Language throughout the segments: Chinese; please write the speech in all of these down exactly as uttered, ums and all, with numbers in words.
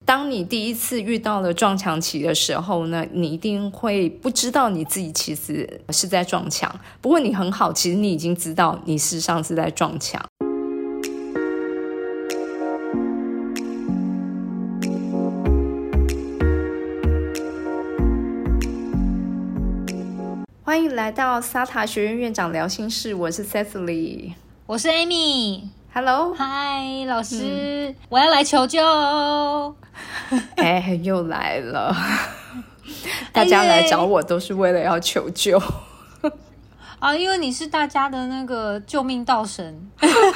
当你第一次遇到了撞墙期的时候呢，你一定会不知道你自己其实是在撞墙，不过你很好，其实你已经知道你事实上是在撞墙。欢迎来到沙塔学院院长聊心事，我是 Cecily， 我是 Amy。Hello， 嗨， 老师、嗯，我要来求救哦！ 哎，又来了，大家来找我都是为了要求救啊，因为你是大家的那个救命道神。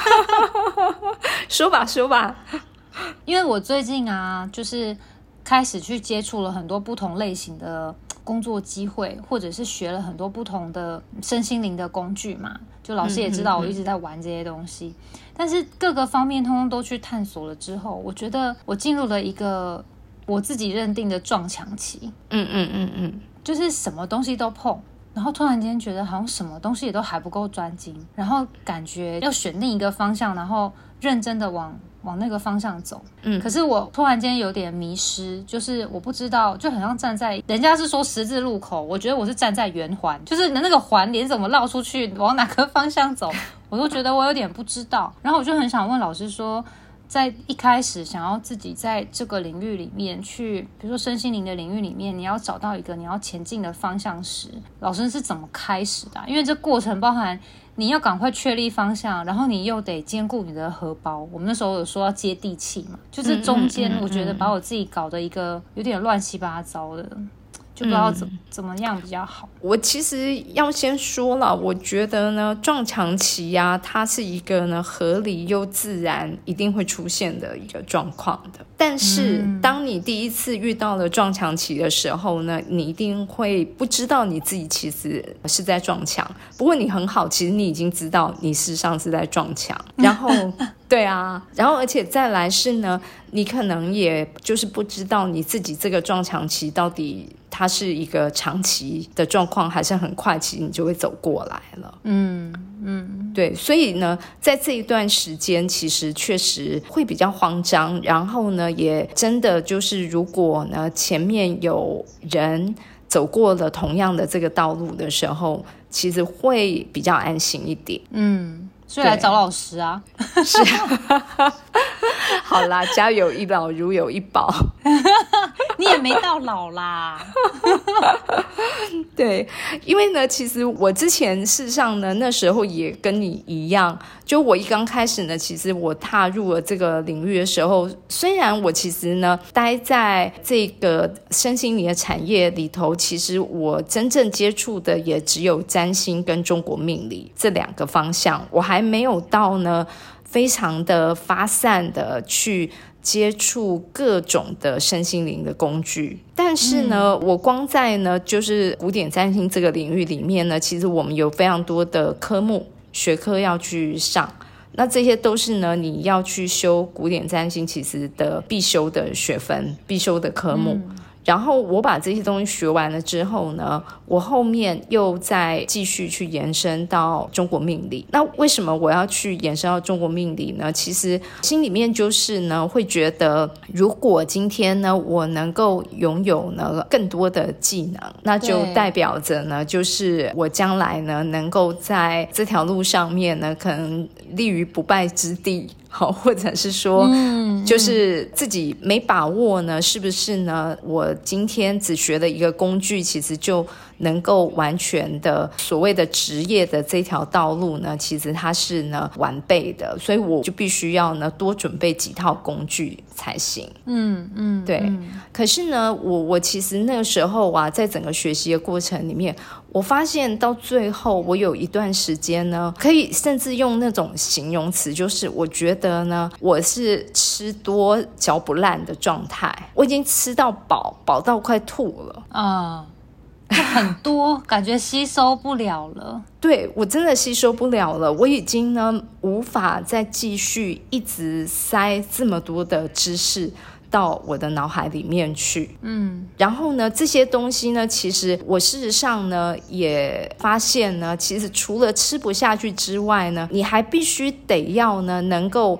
说吧，说吧。 因为我最近啊，就是开始去接触了很多不同类型的工作机会，或者是学了很多不同的身心灵的工具嘛，就老师也知道我一直在玩这些东西、嗯嗯嗯、但是各个方面通通都去探索了之后，我觉得我进入了一个我自己认定的撞墙期。 嗯嗯嗯嗯， 就是什么东西都碰，然后突然间觉得好像什么东西也都还不够专精，然后感觉要选另一个方向，然后认真的往往那个方向走。嗯，可是我突然间有点迷失，就是我不知道，就好像站在人家是说十字路口，我觉得我是站在圆环，就是那个环连怎么绕出去，往哪个方向走，我都觉得我有点不知道。然后我就很想问老师说，在一开始想要自己在这个领域里面去，比如说身心灵的领域里面，你要找到一个你要前进的方向时，老师是怎么开始的、啊、因为这过程包含你要赶快确立方向，然后你又得兼顾你的荷包，我们那时候有说要接地气嘛，就是中间我觉得把我自己搞得一个有点乱七八糟的，就不知道怎、嗯、怎么样比较好。 我其实要先说了，我觉得呢，撞墙期啊，它是一个呢合理又自然一定会出现的一个状况的。但是、嗯、当你第一次遇到了撞墙期的时候呢，你一定会不知道你自己其实是在撞墙。不过你很好，其实你已经知道你事实上是在撞墙。然后对啊，然后而且再来是呢，你可能也就是不知道你自己这个撞墙期到底它是一个长期的状况，还是很快其实你就会走过来了。嗯嗯，对，所以呢，在这一段时间其实确实会比较慌张，然后呢，也真的就是如果呢前面有人走过了同样的这个道路的时候，其实会比较安心一点。 嗯，所以来找老师啊。 是好啦，家有一老如有一宝。 你也没到老啦。 对，因为呢其实我之前事实上呢那时候也跟你一样，就我一刚开始呢，其实我踏入了这个领域的时候，虽然我其实呢待在这个身心灵的产业里头，其实我真正接触的也只有占星跟中国命理这两个方向，我还没有到呢非常的发散的去接触各种的身心灵的工具。但是呢、嗯、我光在呢就是古典占星这个领域里面呢，其实我们有非常多的科目学科要去上，那这些都是呢你要去修古典占星其实的必修的学分，必修的科目、嗯，然后我把这些东西学完了之后呢，我后面又再继续去延伸到中国命理。那为什么我要去延伸到中国命理呢？其实心里面就是呢会觉得，如果今天呢我能够拥有呢更多的技能，那就代表着呢就是我将来呢能够在这条路上面呢可能立于不败之地，好，或者是说、嗯、就是自己没把握呢，是不是呢我今天只学了一个工具，其实就能够完全的所谓的职业的这条道路呢，其实它是呢完备的，所以我就必须要呢多准备几套工具才行。嗯嗯，对、嗯。可是呢，我我其实那个时候啊，在整个学习的过程里面，我发现到最后，我有一段时间呢，可以甚至用那种形容词，就是我觉得呢，我是吃多嚼不烂的状态，我已经吃到饱，饱到快吐了啊。很多感觉吸收不了了。 对，我真的吸收不了了，我已经呢无法再继续一直塞这么多的知识到我的脑海里面去。嗯，然后呢这些东西呢，其实我事实上呢也发现呢，其实除了吃不下去之外呢，你还必须得要呢能够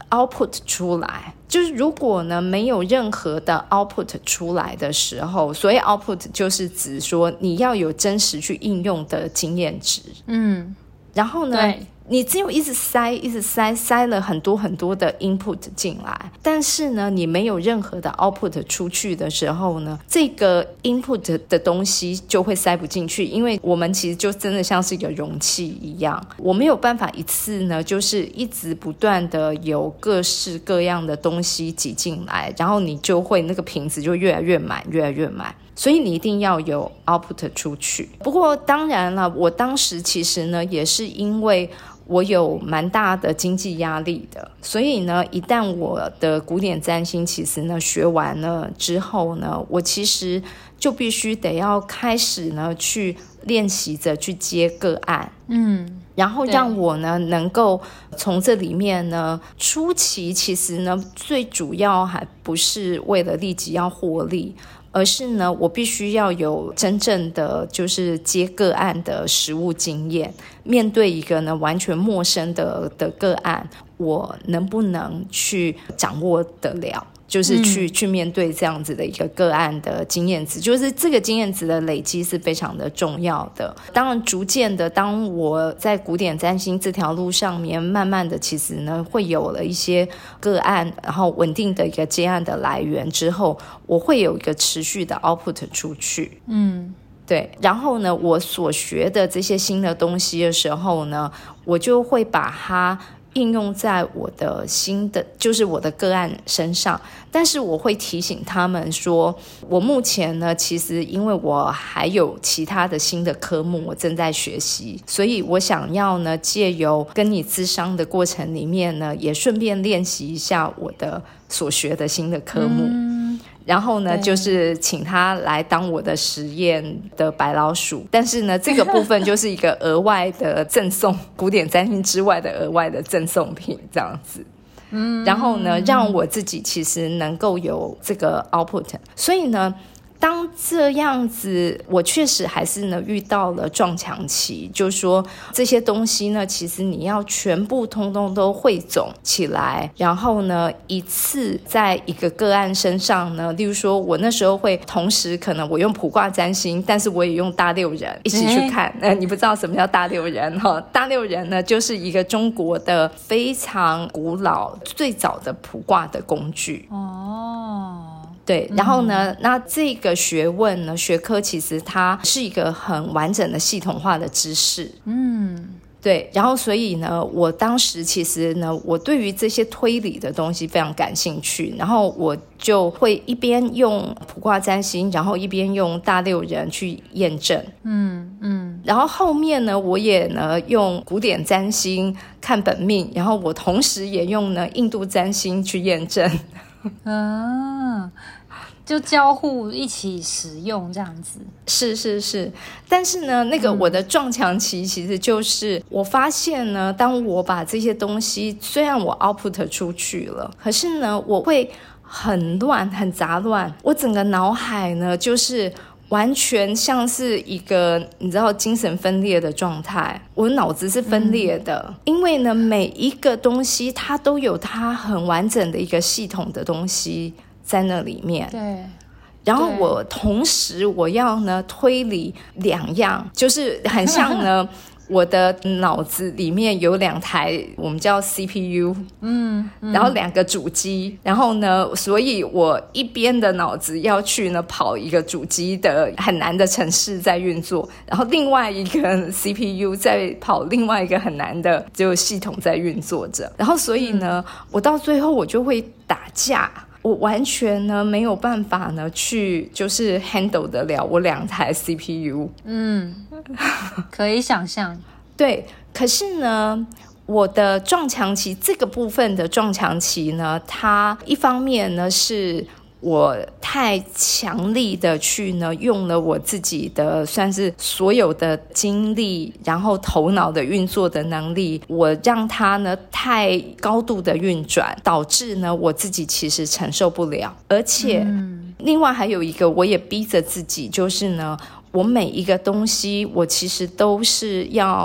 output 出来。就是如果呢没有任何的 output 出来的时候，所谓 output 就是指说你要有真实去应用的经验值。嗯，然后呢你只有一直塞一直塞塞了很多很多的 input 进来，但是呢你没有任何的 output 出去的时候呢，这个 input 的东西就会塞不进去，因为我们其实就真的像是一个容器一样，我没有办法一次呢就是一直不断的有各式各样的东西挤进来，然后你就会那个瓶子就越来越满越来越满，所以你一定要有 output 出去。不过当然了，我当时其实呢也是因为我有蛮大的经济压力的，所以呢一旦我的古典占星其实呢学完了之后呢，我其实就必须得要开始呢去练习着去接个案，嗯，然后让我呢能够从这里面呢，初期其实呢最主要还不是为了立即要获利，而是呢我必须要有真正的就是接个案的实务经验，面对一个呢完全陌生的的个案，我能不能去掌握得了，就是去、嗯、去面对这样子的一个个案的经验值，就是这个经验值的累积是非常的重要的。当然逐渐的当我在古典占星这条路上面慢慢的其实呢会有了一些个案，然后稳定的一个接案的来源之后，我会有一个持续的 output 出去，嗯，对，然后呢我所学的这些新的东西的时候呢，我就会把它应用在我的新的就是我的个案身上，但是我会提醒他们说，我目前呢其实因为我还有其他的新的科目我正在学习，所以我想要呢借由跟你咨商的过程里面呢，也顺便练习一下我的所学的新的科目、嗯，然后呢就是请他来当我的实验的白老鼠，但是呢这个部分就是一个额外的赠送古典占星之外的额外的赠送品这样子，嗯，然后呢让我自己其实能够有这个 output。 所以呢当这样子我确实还是呢遇到了撞墙期，就是说这些东西呢其实你要全部通通都汇总起来，然后呢一次在一个个案身上呢，例如说我那时候会同时可能我用卜卦占星，但是我也用大六人一起去看、欸呃、你不知道什么叫大六人、哦、大六人呢就是一个中国的非常古老最早的卜卦的工具哦，对，然后呢、嗯、那这个学问呢学科其实它是一个很完整的系统化的知识，嗯，对，然后所以呢我当时其实呢我对于这些推理的东西非常感兴趣，然后我就会一边用卜卦占星，然后一边用大六人去验证，嗯嗯，然后后面呢我也呢用古典占星看本命，然后我同时也用呢印度占星去验证啊，就交互一起使用这样子。 是是是，但是呢那个我的撞墙期其实就是我发现呢当我把这些东西虽然我 output 出去了，可是呢我会很乱很杂乱，我整个脑海呢就是完全像是一个你知道精神分裂的状态，我脑子是分裂的、嗯、因为呢每一个东西它都有它很完整的一个系统的东西在那里面，对，然后我同时我要呢推理两样，就是很像呢我的脑子里面有两台我们叫 C P U， 嗯, 嗯然后两个主机，然后呢所以我一边的脑子要去呢跑一个主机的很难的程式在运作，然后另外一个 C P U 在跑另外一个很难的就系统在运作着，然后所以呢、嗯、我到最后我就会打架，我完全呢没有办法呢去就是 handle 得了我两台 C P U， 嗯，可以想象。 对，可是呢我的撞墙期这个部分的撞墙期呢，它一方面呢是我太强力的去呢用了我自己的算是所有的精力，然后头脑的运作的能力，我让它呢太高度的运转，导致呢我自己其实承受不了，而且、嗯、另外还有一个我也逼着自己，就是呢我每一个东西我其实都是要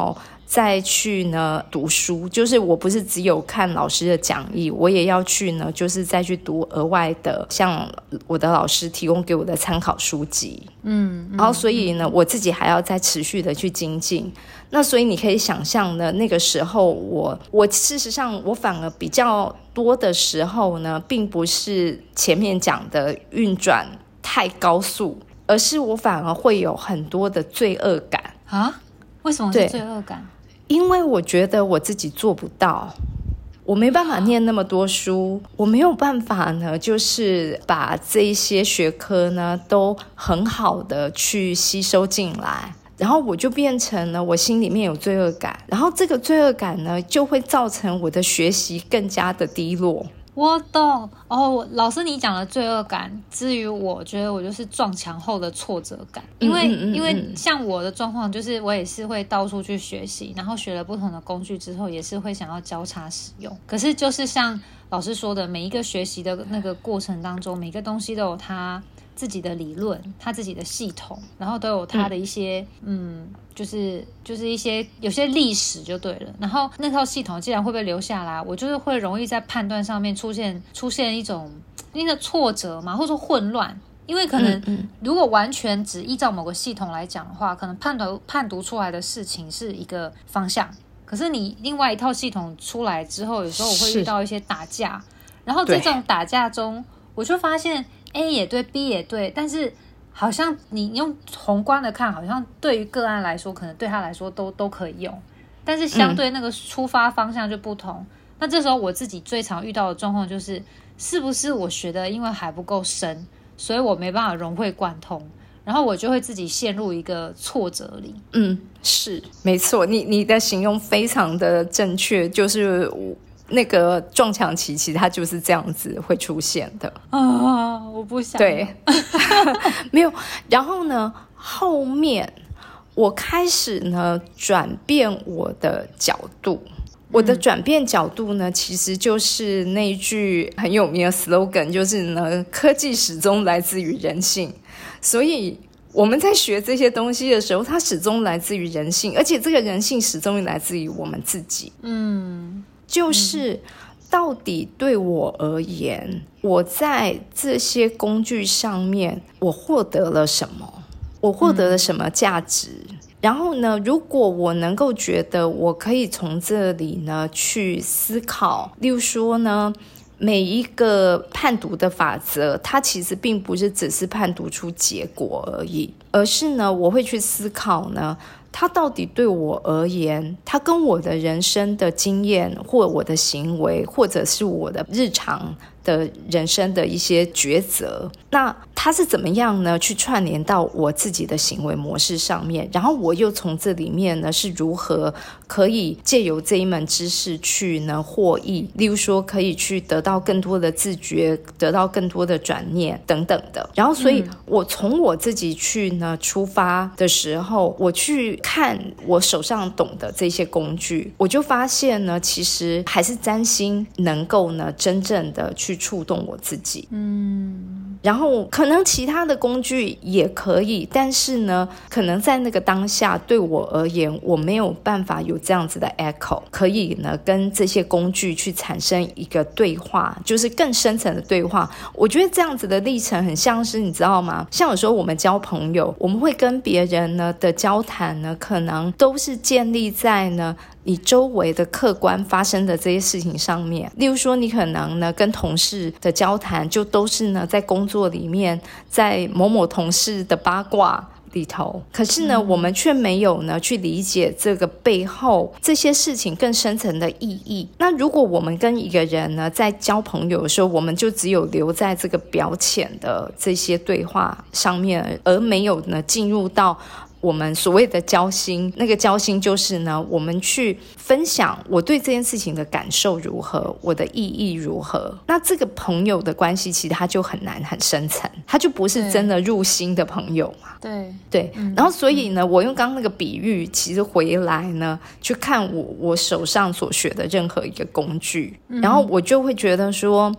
再去呢读书，就是我不是只有看老师的讲义，我也要去呢就是再去读额外的像我的老师提供给我的参考书籍。嗯，然后所以呢、嗯、我自己还要再持续的去精进。那所以你可以想象呢，那个时候我我事实上我反而比较多的时候呢，并不是前面讲的运转太高速，而是我反而会有很多的罪恶感啊？为什么是罪恶感？ 因为我觉得我自己做不到，我没办法念那么多书，我没有办法呢，就是把这一些学科呢都很好的去吸收进来。然后我就变成了我心里面有罪恶感，然后这个罪恶感呢就会造成我的学习更加的低落。 我懂哦，老师你讲的罪恶感，至于我觉得我就是撞墙后的挫折感，因为、嗯嗯嗯、因为像我的状况就是我也是会到处去学习，然后学了不同的工具之后也是会想要交叉使用，可是就是像老师说的，每一个学习的那个过程当中，每个东西都有它自己的理论，他自己的系统，然后都有他的一些 嗯, 嗯就是就是一些有些历史就对了，然后那套系统既然会被留下来，我就是会容易在判断上面出现出现一种那个挫折嘛，或者说混乱，因为可能如果完全只依照某个系统来讲的话，可能判读判读出来的事情是一个方向，可是你另外一套系统出来之后，有时候我会遇到一些打架，然后这种打架中我就发现A 也对 B 也对，但是好像你用宏观的看，好像对于个案来说可能对他来说都都可以用，但是相对那个出发方向就不同、嗯、那这时候我自己最常遇到的状况就是是不是我学的因为还不够深，所以我没办法融会贯通，然后我就会自己陷入一个挫折里。嗯， 是没错，你你的形容非常的正确，就是那个撞墙期其实它就是这样子会出现的啊！我不想对没有，然后呢后面我开始呢转变我的角度，我的转变角度呢其实就是那句很有名的 slogan， 就是呢科技始终来自于人性，所以我们在学这些东西的时候，它始终来自于人性，而且这个人性始终来自于我们自己。嗯，就是到底对我而言，我在这些工具上面我获得了什么，我获得了什么价值、嗯、然后呢如果我能够觉得我可以从这里呢去思考，例如说呢每一个判读的法则，它其实并不是只是判读出结果而已，而是呢我会去思考呢它到底对我而言，它跟我的人生的经验或我的行为，或者是我的日常的人生的一些抉择，那它是怎么样呢去串联到我自己的行为模式上面，然后我又从这里面呢是如何可以借由这一门知识去呢获益，例如说可以去得到更多的自觉，得到更多的转念等等的。然后所以我从我自己去呢出发的时候，我去看我手上懂的这些工具，我就发现呢其实还是占星能够呢真正的去触动我自己。嗯，然后可能其他的工具也可以，但是呢可能在那个当下对我而言，我没有办法有这样子的 echo 可以呢跟这些工具去产生一个对话，就是更深层的对话。我觉得这样子的历程很像是你知道吗，像有时候我们交朋友，我们会跟别人呢的交谈呢可能都是建立在呢你周围的客观发生的这些事情上面，例如说你可能呢跟同事的交谈就都是呢在工作里面，在某某同事的八卦里头，可是呢、嗯、我们却没有呢去理解这个背后这些事情更深层的意义。那如果我们跟一个人呢在交朋友的时候，我们就只有留在这个表浅的这些对话上面，而没有呢进入到我们所谓的交心，那个交心就是呢我们去分享我对这件事情的感受如何，我的意义如何，那这个朋友的关系其实它就很难很深层，它就不是真的入心的朋友嘛。 对对、嗯、然后所以呢、嗯、我用刚刚那个比喻其实回来呢去看我我手上所学的任何一个工具、嗯、然后我就会觉得说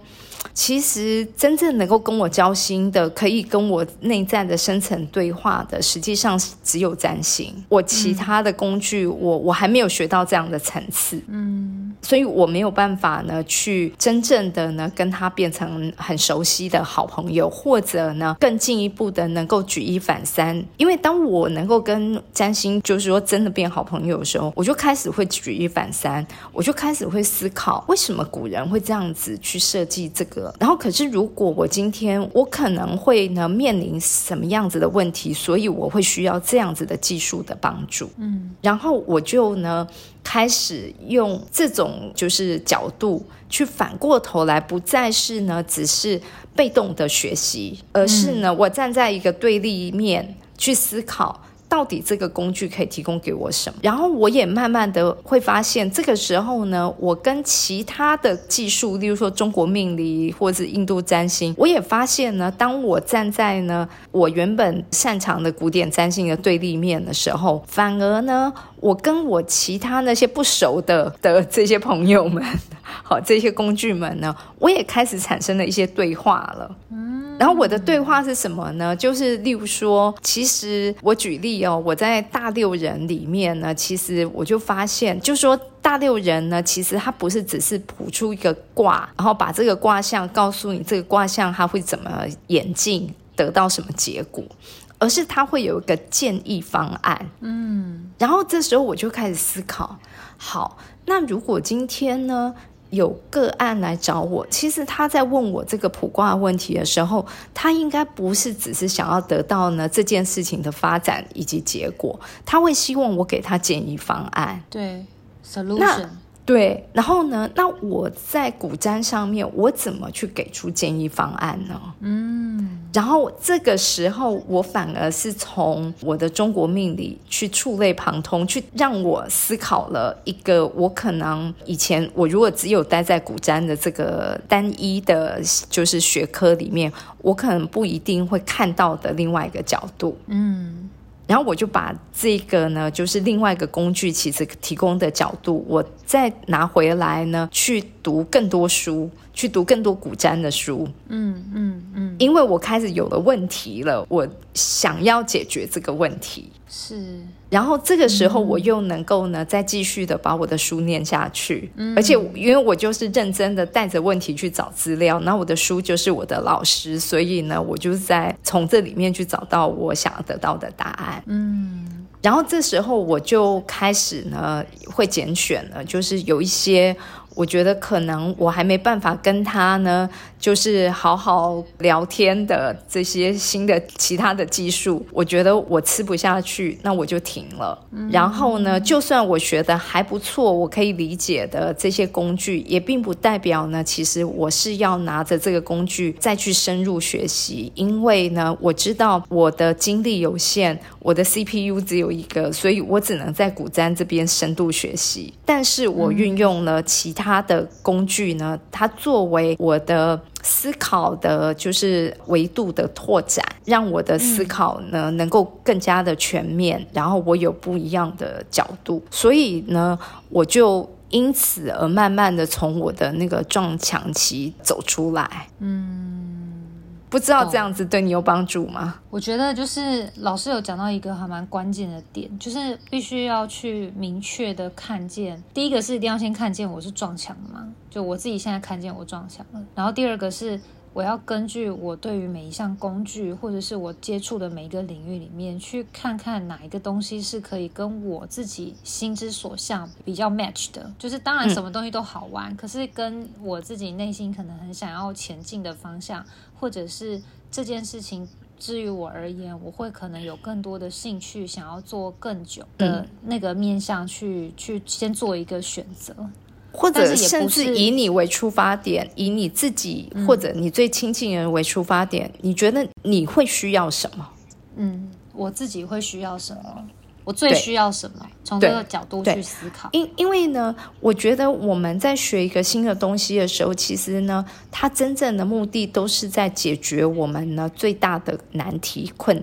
其实真正能够跟我交心的，可以跟我内在的深层对话的，实际上只有占星。我其他的工具，嗯、我我还没有学到这样的层次，嗯，所以我没有办法呢，去真正的呢跟他变成很熟悉的好朋友，或者呢更进一步的能够举一反三。因为当我能够跟占星就是说真的变好朋友的时候，我就开始会举一反三，我就开始会思考为什么古人会这样子去设计这个。然后可是如果我今天我可能会呢面临什么样子的问题，所以我会需要这样子的技术的帮助，嗯，然后我就呢开始用这种就是角度去反过头来，不再是呢只是被动的学习，而是呢我站在一个对立面去思考到底这个工具可以提供给我什么。然后我也慢慢的会发现，这个时候呢我跟其他的技术，例如说中国命理或者是印度占星，我也发现呢，当我站在呢我原本擅长的古典占星的对立面的时候，反而呢我跟我其他那些不熟的的这些朋友们，好，这些工具们呢，我也开始产生了一些对话了。嗯，然后我的对话是什么呢？就是例如说，其实我举例哦，我在大六人里面呢，其实我就发现，就说大六人呢，其实它不是只是谱出一个卦，然后把这个卦象告诉你这个卦象它会怎么演进，得到什么结果，而是它会有一个建议方案。嗯，然后这时候我就开始思考，好，那如果今天呢有个案来找我，其实他在问我这个卜卦问题的时候，他应该不是只是想要得到呢这件事情的发展以及结果，他会希望我给他建议方案， 对 solution。 对，然后呢，那我在古占上面我怎么去给出建议方案呢？嗯，然后这个时候我反而是从我的中国命理去触类旁通，去让我思考了一个我可能以前我如果只有待在古占的这个单一的就是学科里面，我可能不一定会看到的另外一个角度。嗯，然后我就把这个呢就是另外一个工具其实提供的角度，我再拿回来呢去读更多书，去读更多古占的书。嗯嗯嗯，因为我开始有了问题了，我想要解决这个问题， 是， 然后这个时候我又能够呢再继续的把我的书念下去。嗯，而且因为我就是认真的带着问题去找资料，那我的书就是我的老师，所以呢我就在从这里面去找到我想要得到的答案。嗯，然后这时候我就开始呢会拣选了，就是有一些我觉得可能我还没办法跟他呢就是好好聊天的这些新的其他的技术，我觉得我吃不下去，那我就停了。嗯，然后呢就算我学的还不错，我可以理解的这些工具，也并不代表呢其实我是要拿着这个工具再去深入学习，因为呢我知道我的精力有限，我的 C P U 只有一个，所以我只能在古占这边深度学习。但是我运用了其他的工具呢，它作为我的思考的就是维度的拓展，让我的思考呢、嗯、能够更加的全面，然后我有不一样的角度，所以呢我就因此而慢慢的从我的那个撞墙期走出来。嗯，不知道这样子对你有帮助吗？ 我觉得就是老师有讲到一个还蛮关键的点，就是必须要去明确的看见，第一个是一定要先看见我是撞墙嘛，就我自己现在看见我撞墙了，然后第二个是我要根据我对于每一项工具或者是我接触的每一个领域里面去看看哪一个东西是可以跟我自己心之所向比较 match 的，就是当然什么东西都好玩、嗯、可是跟我自己内心可能很想要前进的方向，或者是这件事情至于我而言我会可能有更多的兴趣想要做更久的那个面向去、嗯、去先做一个选择， 或者甚至以你为出发点，以你自己、嗯、或者你最亲近人为出发点，你觉得你会需要什么？ 嗯，我自己会需要什么，我最需要什么，从这个角度去思考。 因因为呢我觉得我们在学一个新的东西的时候，其实呢它真正的目的都是在解决我们呢最大的难题困难。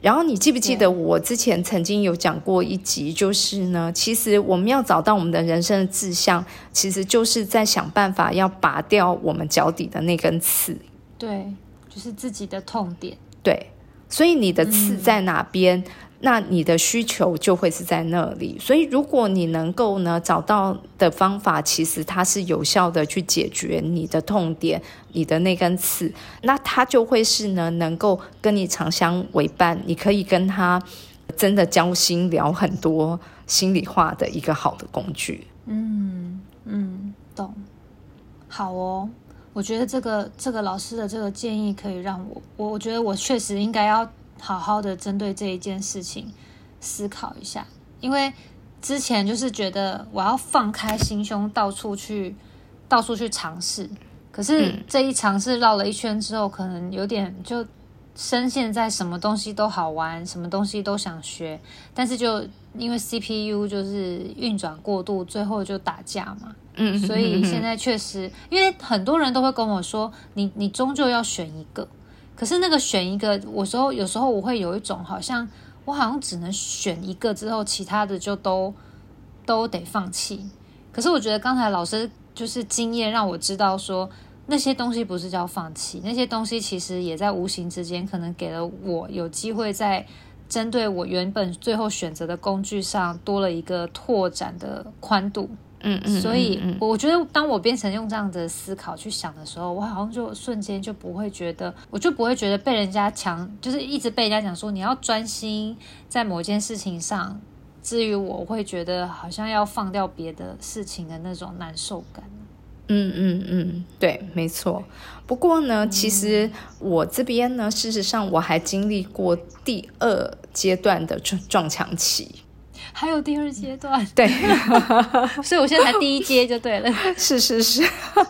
然后你记不记得我之前曾经有讲过一集，就是呢，其实我们要找到我们的人生的志向，其实就是在想办法要拔掉我们脚底的那根刺。 对，就是自己的痛点。 对，所以你的刺在哪边、嗯、那你的需求就会是在那里。所以如果你能够呢找到的方法，其实它是有效的去解决你的痛点，你的那根刺，那它就会是呢能够跟你长相为伴，你可以跟他真的交心聊很多心里话的一个好的工具。 嗯嗯，懂。好哦，我觉得这个这个老师的这个建议可以让我我我觉得我确实应该要好好的针对这一件事情思考一下，因为之前就是觉得我要放开心胸到处去到处去尝试，可是这一尝试绕了一圈之后，可能有点就深陷在什么东西都好玩，什么东西都想学，但是就因为 C P U 就是运转过度，最后就打架嘛。嗯，所以现在确实，因为很多人都会跟我说，你你终究要选一个，可是那个选一个，我时候有时候我会有一种好像我好像只能选一个之后，其他的就都都得放弃。可是我觉得刚才老师就是经验让我知道说，那些东西不是叫放弃，那些东西其实也在无形之间可能给了我有机会在针对我原本最后选择的工具上多了一个拓展的宽度。嗯嗯，所以我觉得当我变成用这样的思考去想的时候，我好像就瞬间就不会觉得，我就不会觉得被人家强，就是一直被人家讲说你要专心在某件事情上，至于我会觉得好像要放掉别的事情的那种难受感。 嗯嗯嗯，对，没错。不过呢，其实我这边呢，事实上我还经历过第二阶段的撞墙期。 还有第二阶段， 对， 所以我现在才第一阶就对了。 是是是。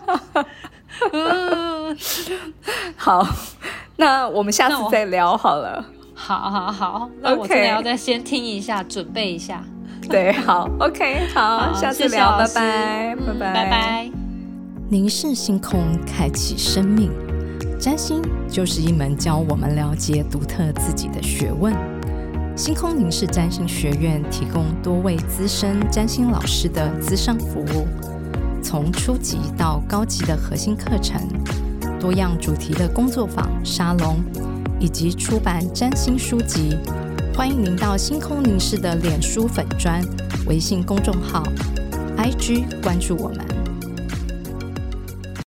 好，那我们下次再聊好了。 好好好，那我真的要再先听一下， okay. 准备一下。 对，好 OK， 好，好下次聊，拜拜， 拜拜，拜拜。 凝视星空，开启生命。占星就是一门教我们了解独特自己的学问。星空凝视占星学院提供多位资深占星老师的咨商服务，从初级到高级的核心课程，多样主题的工作坊、沙龙，以及出版占星书籍。欢迎您到星空凝视的脸书粉专、微信公众号、I G 关注我们。